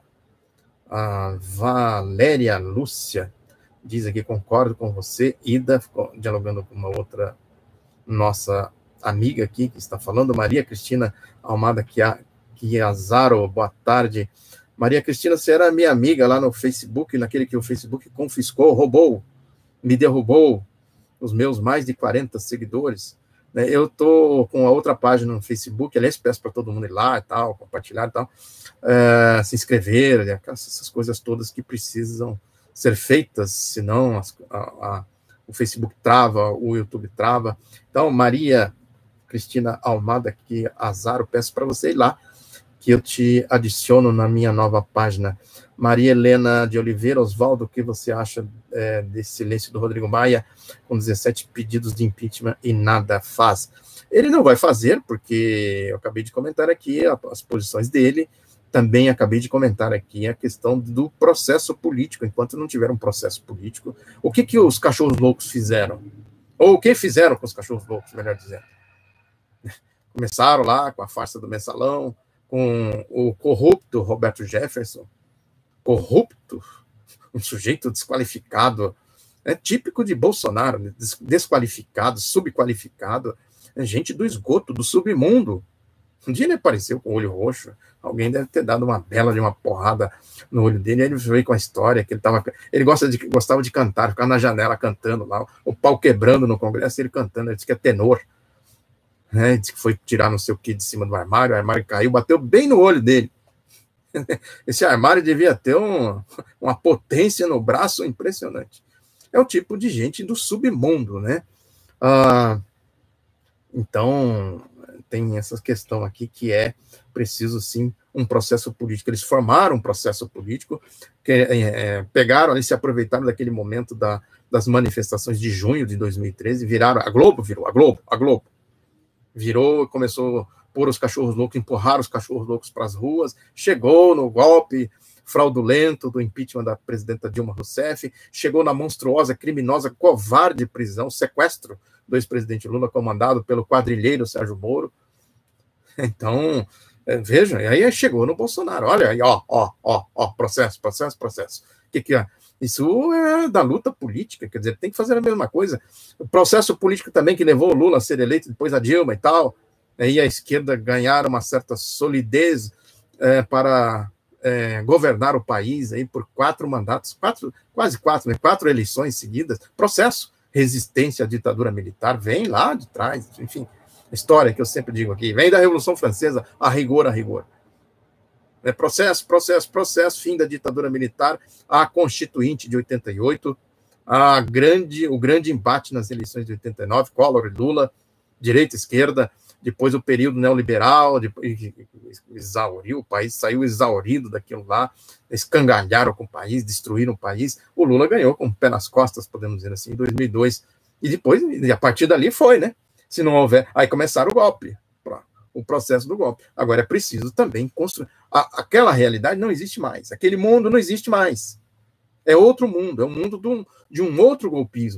a Valéria Lúcia diz aqui, concordo com você. Ida, dialogando com uma outra nossa amiga aqui que está falando, Maria Cristina Almada Chiazaro, boa tarde. Maria Cristina, você era minha amiga lá no Facebook, naquele que o Facebook confiscou, roubou, me derrubou os meus mais de quarenta seguidores. Eu estou com a outra página no Facebook, aliás, peço para todo mundo ir lá e tal, compartilhar e tal, uh, se inscrever, essas coisas todas que precisam ser feitas, senão as, a, a, o Facebook trava, o YouTube trava. Então, Maria Cristina Almada aqui, Azaro, peço para você ir lá, que eu te adiciono na minha nova página. Maria Helena de Oliveira, Oswaldo, o que você acha é, desse silêncio do Rodrigo Maia, com dezessete pedidos de impeachment e nada faz? Ele não vai fazer, porque eu acabei de comentar aqui as posições dele, também acabei de comentar aqui a questão do processo político. Enquanto não tiver um processo político, o que, que os cachorros loucos fizeram? Ou o que fizeram com os cachorros loucos, melhor dizendo? Começaram lá com a farsa do mensalão, com o corrupto Roberto Jefferson, corrupto, um sujeito desqualificado, é típico de Bolsonaro, desqualificado, subqualificado, é gente do esgoto, do submundo. Um dia ele apareceu com o olho roxo, alguém deve ter dado uma bela de uma porrada no olho dele, aí ele veio com a história que ele tava, ele gosta de, gostava de cantar, ficar na janela cantando lá, o pau quebrando no Congresso, ele cantando, ele disse que é tenor. Né, disse que foi tirar não sei o que de cima do armário, o armário caiu, bateu bem no olho dele. Esse armário devia ter um, uma potência no braço impressionante. É o tipo de gente do submundo, né? Ah, então, tem essa questão aqui que é preciso, sim, um processo político. Eles formaram um processo político, que, é, é, pegaram ali, se aproveitaram daquele momento da, das manifestações de junho de dois mil e treze, viraram, a Globo virou, a Globo, a Globo, virou, começou a pôr os cachorros loucos, empurrar os cachorros loucos para as ruas, chegou no golpe fraudulento do impeachment da presidenta Dilma Rousseff, chegou na monstruosa, criminosa, covarde prisão, sequestro do ex-presidente Lula, comandado pelo quadrilheiro Sérgio Moro. Então, é, vejam, e aí chegou no Bolsonaro, olha aí, ó, ó, ó, ó, processo, processo, processo. O que que é? Isso é da luta política, quer dizer, tem que fazer a mesma coisa. O processo político também que levou o Lula a ser eleito, depois a Dilma e tal, aí a esquerda ganhar uma certa solidez é, para é, governar o país aí por quatro mandatos, quatro, quase quatro, né, quatro eleições seguidas, processo, resistência à ditadura militar, vem lá de trás, enfim, história que eu sempre digo aqui, vem da Revolução Francesa, a rigor, a rigor. É processo, processo, processo, fim da ditadura militar, a Constituinte de oitenta e oito, a grande, o grande embate nas eleições de oitenta e nove, Collor e Lula, direita e esquerda, depois o período neoliberal, depois, exauriu o país, saiu exaurido daquilo lá, escangalharam com o país, destruíram o país, o Lula ganhou com o pé nas costas, podemos dizer assim, em dois mil e dois, e depois, e a partir dali foi, né? Se não houver, aí começaram o golpe, o processo do golpe. Agora é preciso também construir. A, aquela realidade não existe mais. Aquele mundo não existe mais. É outro mundo. É um mundo de um, de um outro golpismo.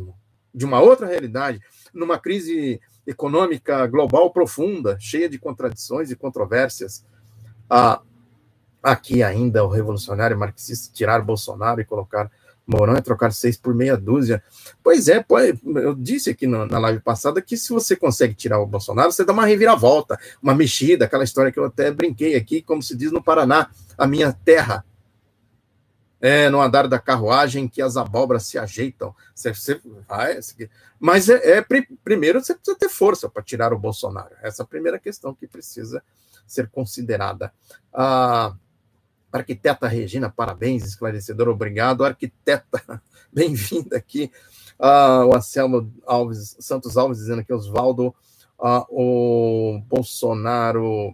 de uma outra realidade, numa crise econômica global profunda, cheia de contradições e controvérsias. Ah, aqui ainda o revolucionário marxista tirar Bolsonaro e colocar Mourão e trocar seis por meia dúzia. Pois é, eu disse aqui na live passada que se você consegue tirar o Bolsonaro, você dá uma reviravolta, uma mexida, aquela história que eu até brinquei aqui, como se diz no Paraná, a minha terra. É no andar da carruagem que as abóboras se ajeitam. Você, você vai, mas é, é primeiro você precisa ter força para tirar o Bolsonaro. Essa é a primeira questão que precisa ser considerada. A arquiteta Regina, parabéns, esclarecedor, obrigado. Arquiteta, bem-vinda aqui. Ah, o Anselmo Alves, Santos Alves dizendo que Oswaldo, ah, o Bolsonaro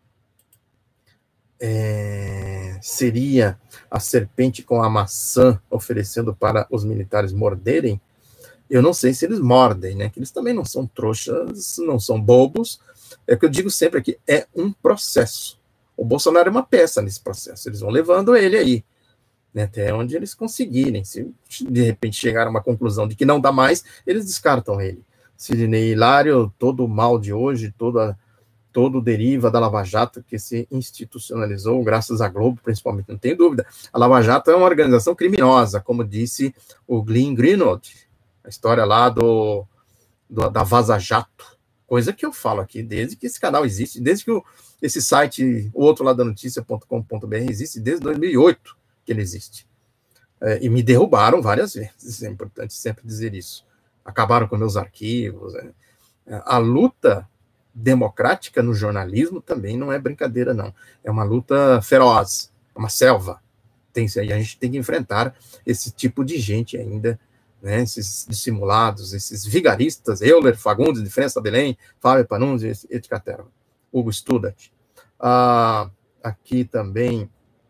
é, seria a serpente com a maçã oferecendo para os militares morderem. Eu não sei se eles mordem, né? Que eles também não são trouxas, não são bobos. É o que eu digo sempre aqui, é um processo. O Bolsonaro é uma peça nesse processo. Eles vão levando ele aí, né, até onde eles conseguirem. Se de repente chegar a uma conclusão de que não dá mais, eles descartam ele. Sidney Hilário, todo o mal de hoje, toda todo deriva da Lava Jato, que se institucionalizou graças à Globo, principalmente, não tem dúvida. A Lava Jato é uma organização criminosa, como disse o Glenn Greenwald, a história lá do, do da Vaza Jato, coisa que eu falo aqui desde que esse canal existe, desde que o, esse site, o outro lado da notícia ponto com ponto br existe, desde dois mil e oito que ele existe. É, e me derrubaram várias vezes, é importante sempre dizer isso. Acabaram com meus arquivos. É. A luta democrática no jornalismo também não é brincadeira, não. É uma luta feroz, é uma selva. Tem, a gente tem que enfrentar esse tipo de gente ainda, né, esses dissimulados, esses vigaristas, Euler, Fagundes, de França, Belém, Fábio Panunzi, Etcatera, Hugo Studat. Ah, aqui também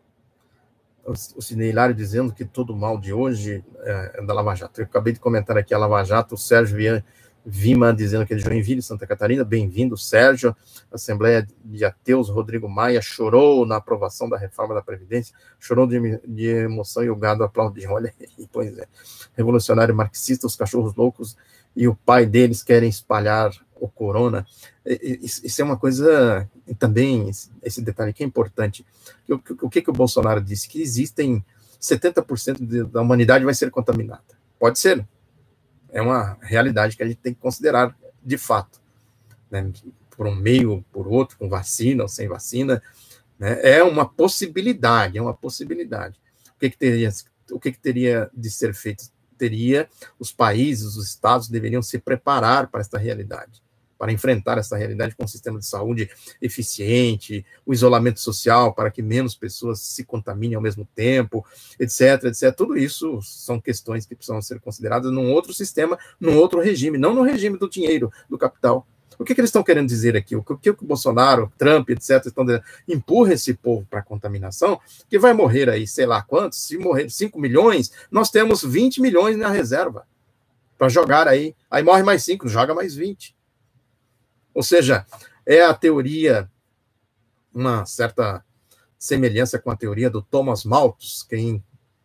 o, o Sidney Hilário dizendo que todo mal de hoje é, é da Lava Jato. Eu acabei de comentar aqui a Lava Jato, o Sérgio Vian, Vima dizendo que é de Joinville, Santa Catarina. Bem-vindo, Sérgio. Assembleia de Ateus, Rodrigo Maia, chorou na aprovação da reforma da Previdência, chorou de, de emoção e o gado aplaudiu. Olha aí, pois é. Revolucionário marxista, os cachorros loucos e o pai deles querem espalhar o corona. Isso é uma coisa, também, esse detalhe que é importante. O, o que, que o Bolsonaro disse? Que existem setenta por cento da humanidade vai ser contaminada. Pode ser. É uma realidade que a gente tem que considerar de fato, né? Por um meio, por outro, com vacina ou sem vacina, né? É uma possibilidade, é uma possibilidade. O que, que teria, o que, que teria de ser feito? Teria, os países, os estados deveriam se preparar para essa realidade, para enfrentar essa realidade com um sistema de saúde eficiente, o isolamento social para que menos pessoas se contaminem ao mesmo tempo, etc, etcétera. Tudo isso são questões que precisam ser consideradas num outro sistema, num outro regime, não no regime do dinheiro, do capital. O que, que eles estão querendo dizer aqui? O que, que o Bolsonaro, Trump, etcétera, estão dizendo? Empurra esse povo para a contaminação, que vai morrer aí, sei lá quantos, se morrer cinco milhões, nós temos vinte milhões na reserva para jogar aí. Aí morre mais cinco, joga mais vinte. Ou seja, é a teoria, uma certa semelhança com a teoria do Thomas Malthus, quem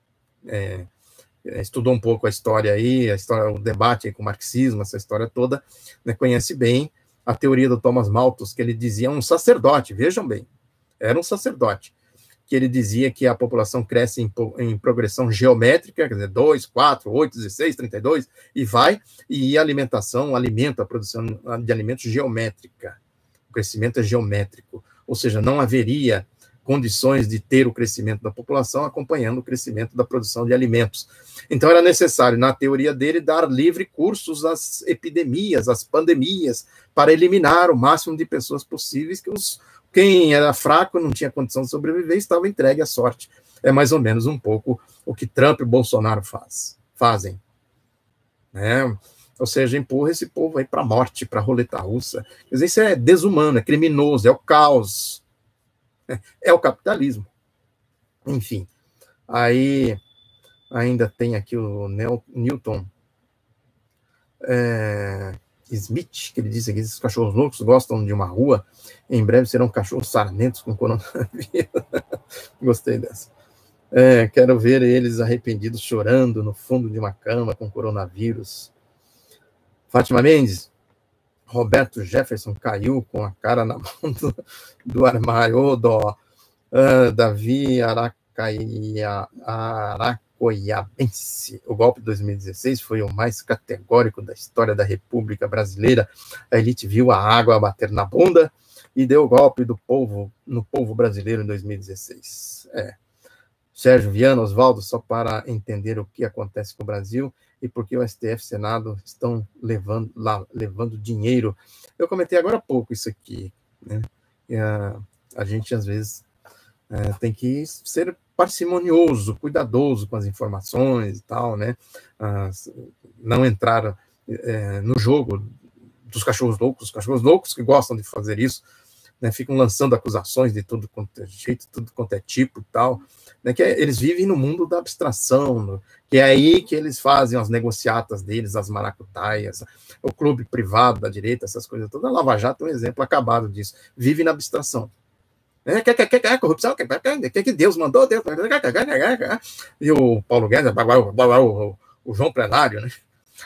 é, estudou um pouco a história aí, a história, o debate aí com o marxismo, essa história toda, né, conhece bem a teoria do Thomas Malthus, que ele dizia, um sacerdote, vejam bem, era um sacerdote, que ele dizia que a população cresce em, em progressão geométrica, quer dizer, dois, quatro, oito, dezesseis, trinta e dois, e vai, e a alimentação, alimenta a produção de alimentos geométrica. O crescimento é geométrico, ou seja, não haveria condições de ter o crescimento da população acompanhando o crescimento da produção de alimentos. Então, era necessário, na teoria dele, dar livre cursos às epidemias, às pandemias, para eliminar o máximo de pessoas possíveis, que os quem era fraco, não tinha condição de sobreviver, estava entregue à sorte. É mais ou menos um pouco o que Trump e Bolsonaro faz, fazem. Né? Ou seja, empurra esse povo aí para a morte, para a roleta russa. Quer dizer, isso é desumano, é criminoso, é o caos. É o capitalismo. Enfim. Aí ainda tem aqui o Newton é, Smith, que ele disse que esses cachorros loucos gostam de uma rua, em breve serão cachorros sarmentos com coronavírus. Gostei dessa. É, quero ver eles arrependidos chorando no fundo de uma cama com coronavírus. Fátima Mendes, Roberto Jefferson caiu com a cara na mão do, do armário. Ô, dó. Uh, Davi Aracaia, Aracoiabense. O golpe de dois mil e dezesseis foi o mais categórico da história da República Brasileira. A elite viu a água bater na bunda e deu o golpe do povo, no povo brasileiro em dois mil e dezesseis. É. Sérgio Viana, Oswaldo, só para entender o que acontece com o Brasil e por que o S T F e Senado estão levando, lá, levando dinheiro. Eu comentei agora há pouco isso aqui, né? E a, a gente, às vezes, é, tem que ser parcimonioso, cuidadoso com as informações e tal, né? Ah, não entrar é, no jogo dos cachorros loucos, os cachorros loucos que gostam de fazer isso, né, ficam lançando acusações de tudo quanto é jeito, tudo quanto é tipo e tal, né, que é, eles vivem no mundo da abstração, no, que é aí que eles fazem as negociatas deles, as maracutaias, o clube privado da direita, essas coisas todas. A Lava Jato é um exemplo acabado disso, vive na abstração. É, quer, quer, quer, quer corrupção, quer, quer, quer que Deus mandou, Deus, e o Paulo Guedes, o, o João Plenário, né?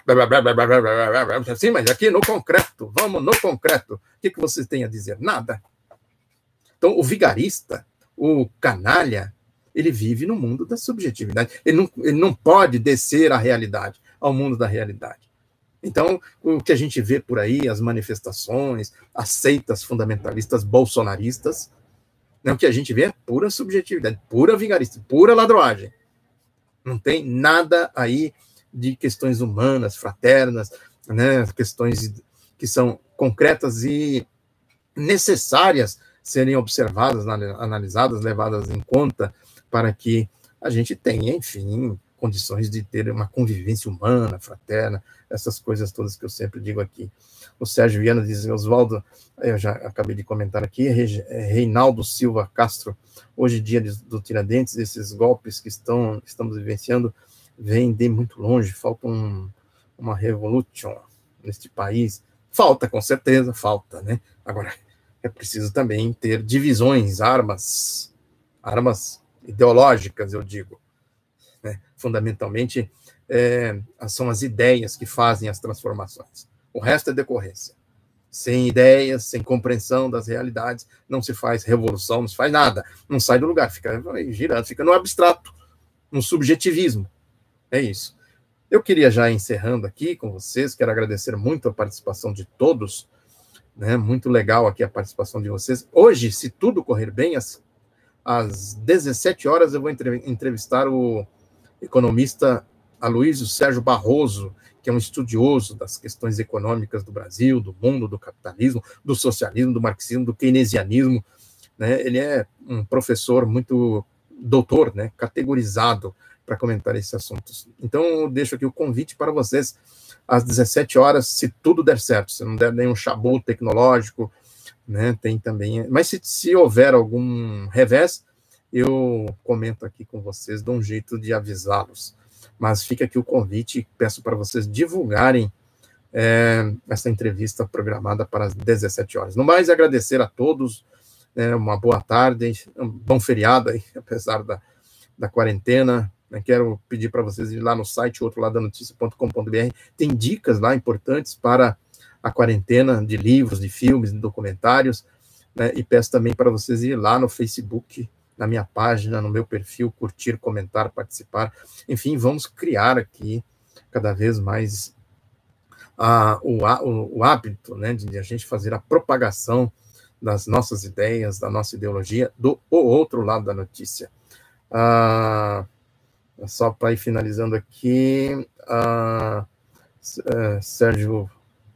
Sim, mas aqui no concreto, vamos no concreto. O que, que você tem a dizer? Nada. Então, o vigarista, o canalha, ele vive no mundo da subjetividade. Ele não, ele não pode descer à realidade, ao mundo da realidade. Então, o que a gente vê por aí, as manifestações, as seitas fundamentalistas bolsonaristas, né, o que a gente vê é pura subjetividade, pura vigarista, pura ladroagem. Não tem nada aí de questões humanas, fraternas, né, questões que são concretas e necessárias serem observadas, analisadas, levadas em conta para que a gente tenha, enfim, condições de ter uma convivência humana, fraterna, essas coisas todas que eu sempre digo aqui. O Sérgio Viana diz, Oswaldo, eu já acabei de comentar aqui, Reinaldo Silva Castro, hoje dia do Tiradentes, esses golpes que estão, estamos vivenciando vem de muito longe, falta um, uma revolution neste país. Falta, com certeza, falta, né? Agora, é preciso também ter divisões, armas, armas ideológicas, eu digo. Né? Fundamentalmente, é, são as ideias que fazem as transformações. O resto é decorrência. Sem ideias, sem compreensão das realidades, não se faz revolução, não se faz nada. Não sai do lugar, fica girando, fica no abstrato, no subjetivismo. É isso. Eu queria já encerrando aqui com vocês, quero agradecer muito a participação de todos, né? Muito legal aqui a participação de vocês. Hoje, se tudo correr bem, às, às dezessete horas eu vou entrevistar o economista Aloysio Sérgio Barroso, que é um estudioso das questões econômicas do Brasil, do mundo, do capitalismo, do socialismo, do marxismo, do keynesianismo, né? Ele é um professor muito doutor, né? Categorizado para comentar esses assuntos. Então, eu deixo aqui o convite para vocês, às dezessete horas, se tudo der certo, se não der nenhum chabu tecnológico, né, tem também, mas se, se houver algum revés, eu comento aqui com vocês, dou um jeito de avisá-los. Mas fica aqui o convite, peço para vocês divulgarem é, essa entrevista programada para as dezessete horas. No mais, agradecer a todos, né, uma boa tarde, um bom feriado, aí, apesar da, da quarentena. Quero pedir para vocês ir lá no site outro lado da notícia ponto com ponto br, tem dicas lá importantes para a quarentena, de livros, de filmes, de documentários, né? E peço também para vocês ir lá no Facebook, na minha página, no meu perfil, curtir, comentar, participar, enfim, vamos criar aqui cada vez mais a, o, o, o hábito, né, de a gente fazer a propagação das nossas ideias, da nossa ideologia, do o outro lado da notícia. Ah, só para ir finalizando aqui, uh, uh, Sérgio,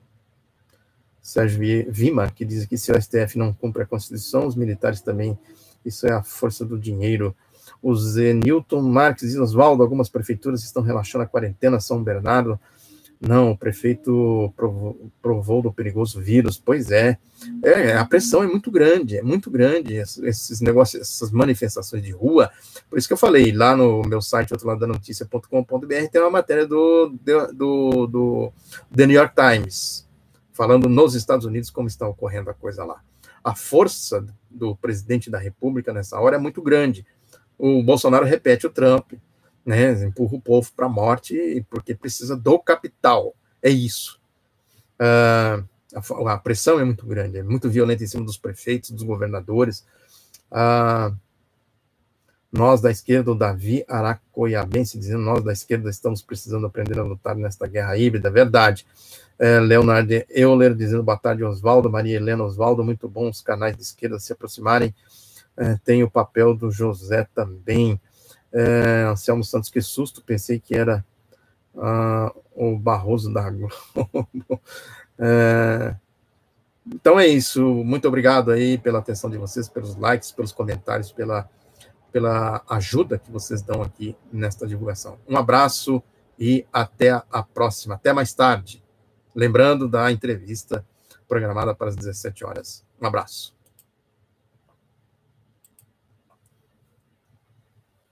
Sérgio Vima, que diz que se o S T F não cumpre a Constituição, os militares também, isso é a força do dinheiro. O Zé Newton Marques diz, Oswaldo, algumas prefeituras estão relaxando a quarentena, São Bernardo. Não, o prefeito provou, provou do perigoso vírus. Pois é, é, a pressão é muito grande, é muito grande, esses negócios, essas manifestações de rua. Por isso que eu falei, lá no meu site, outro lado da notícia ponto com ponto br, tem uma matéria do, do, do The New York Times, falando nos Estados Unidos como está ocorrendo a coisa lá. A força do presidente da República nessa hora é muito grande. O Bolsonaro repete o Trump, né, empurra o povo para a morte porque precisa do capital, é isso. Uh, a, a pressão é muito grande, é muito violenta em cima dos prefeitos, dos governadores. Uh, nós da esquerda, o Davi Aracoiabense dizendo, nós da esquerda estamos precisando aprender a lutar nesta guerra híbrida, verdade. É, Leonardo Euler dizendo, boa tarde, Oswaldo, Maria Helena, Oswaldo, muito bom os canais de esquerda se aproximarem, é, tem o papel do José também. É, Anselmo Santos, que susto, pensei que era uh, o Barroso da Globo. É, então é isso, muito obrigado aí pela atenção de vocês, pelos likes, pelos comentários, pela, pela ajuda que vocês dão aqui nesta divulgação. Um abraço e até a próxima, até mais tarde. Lembrando da entrevista programada para as dezessete horas. Um abraço.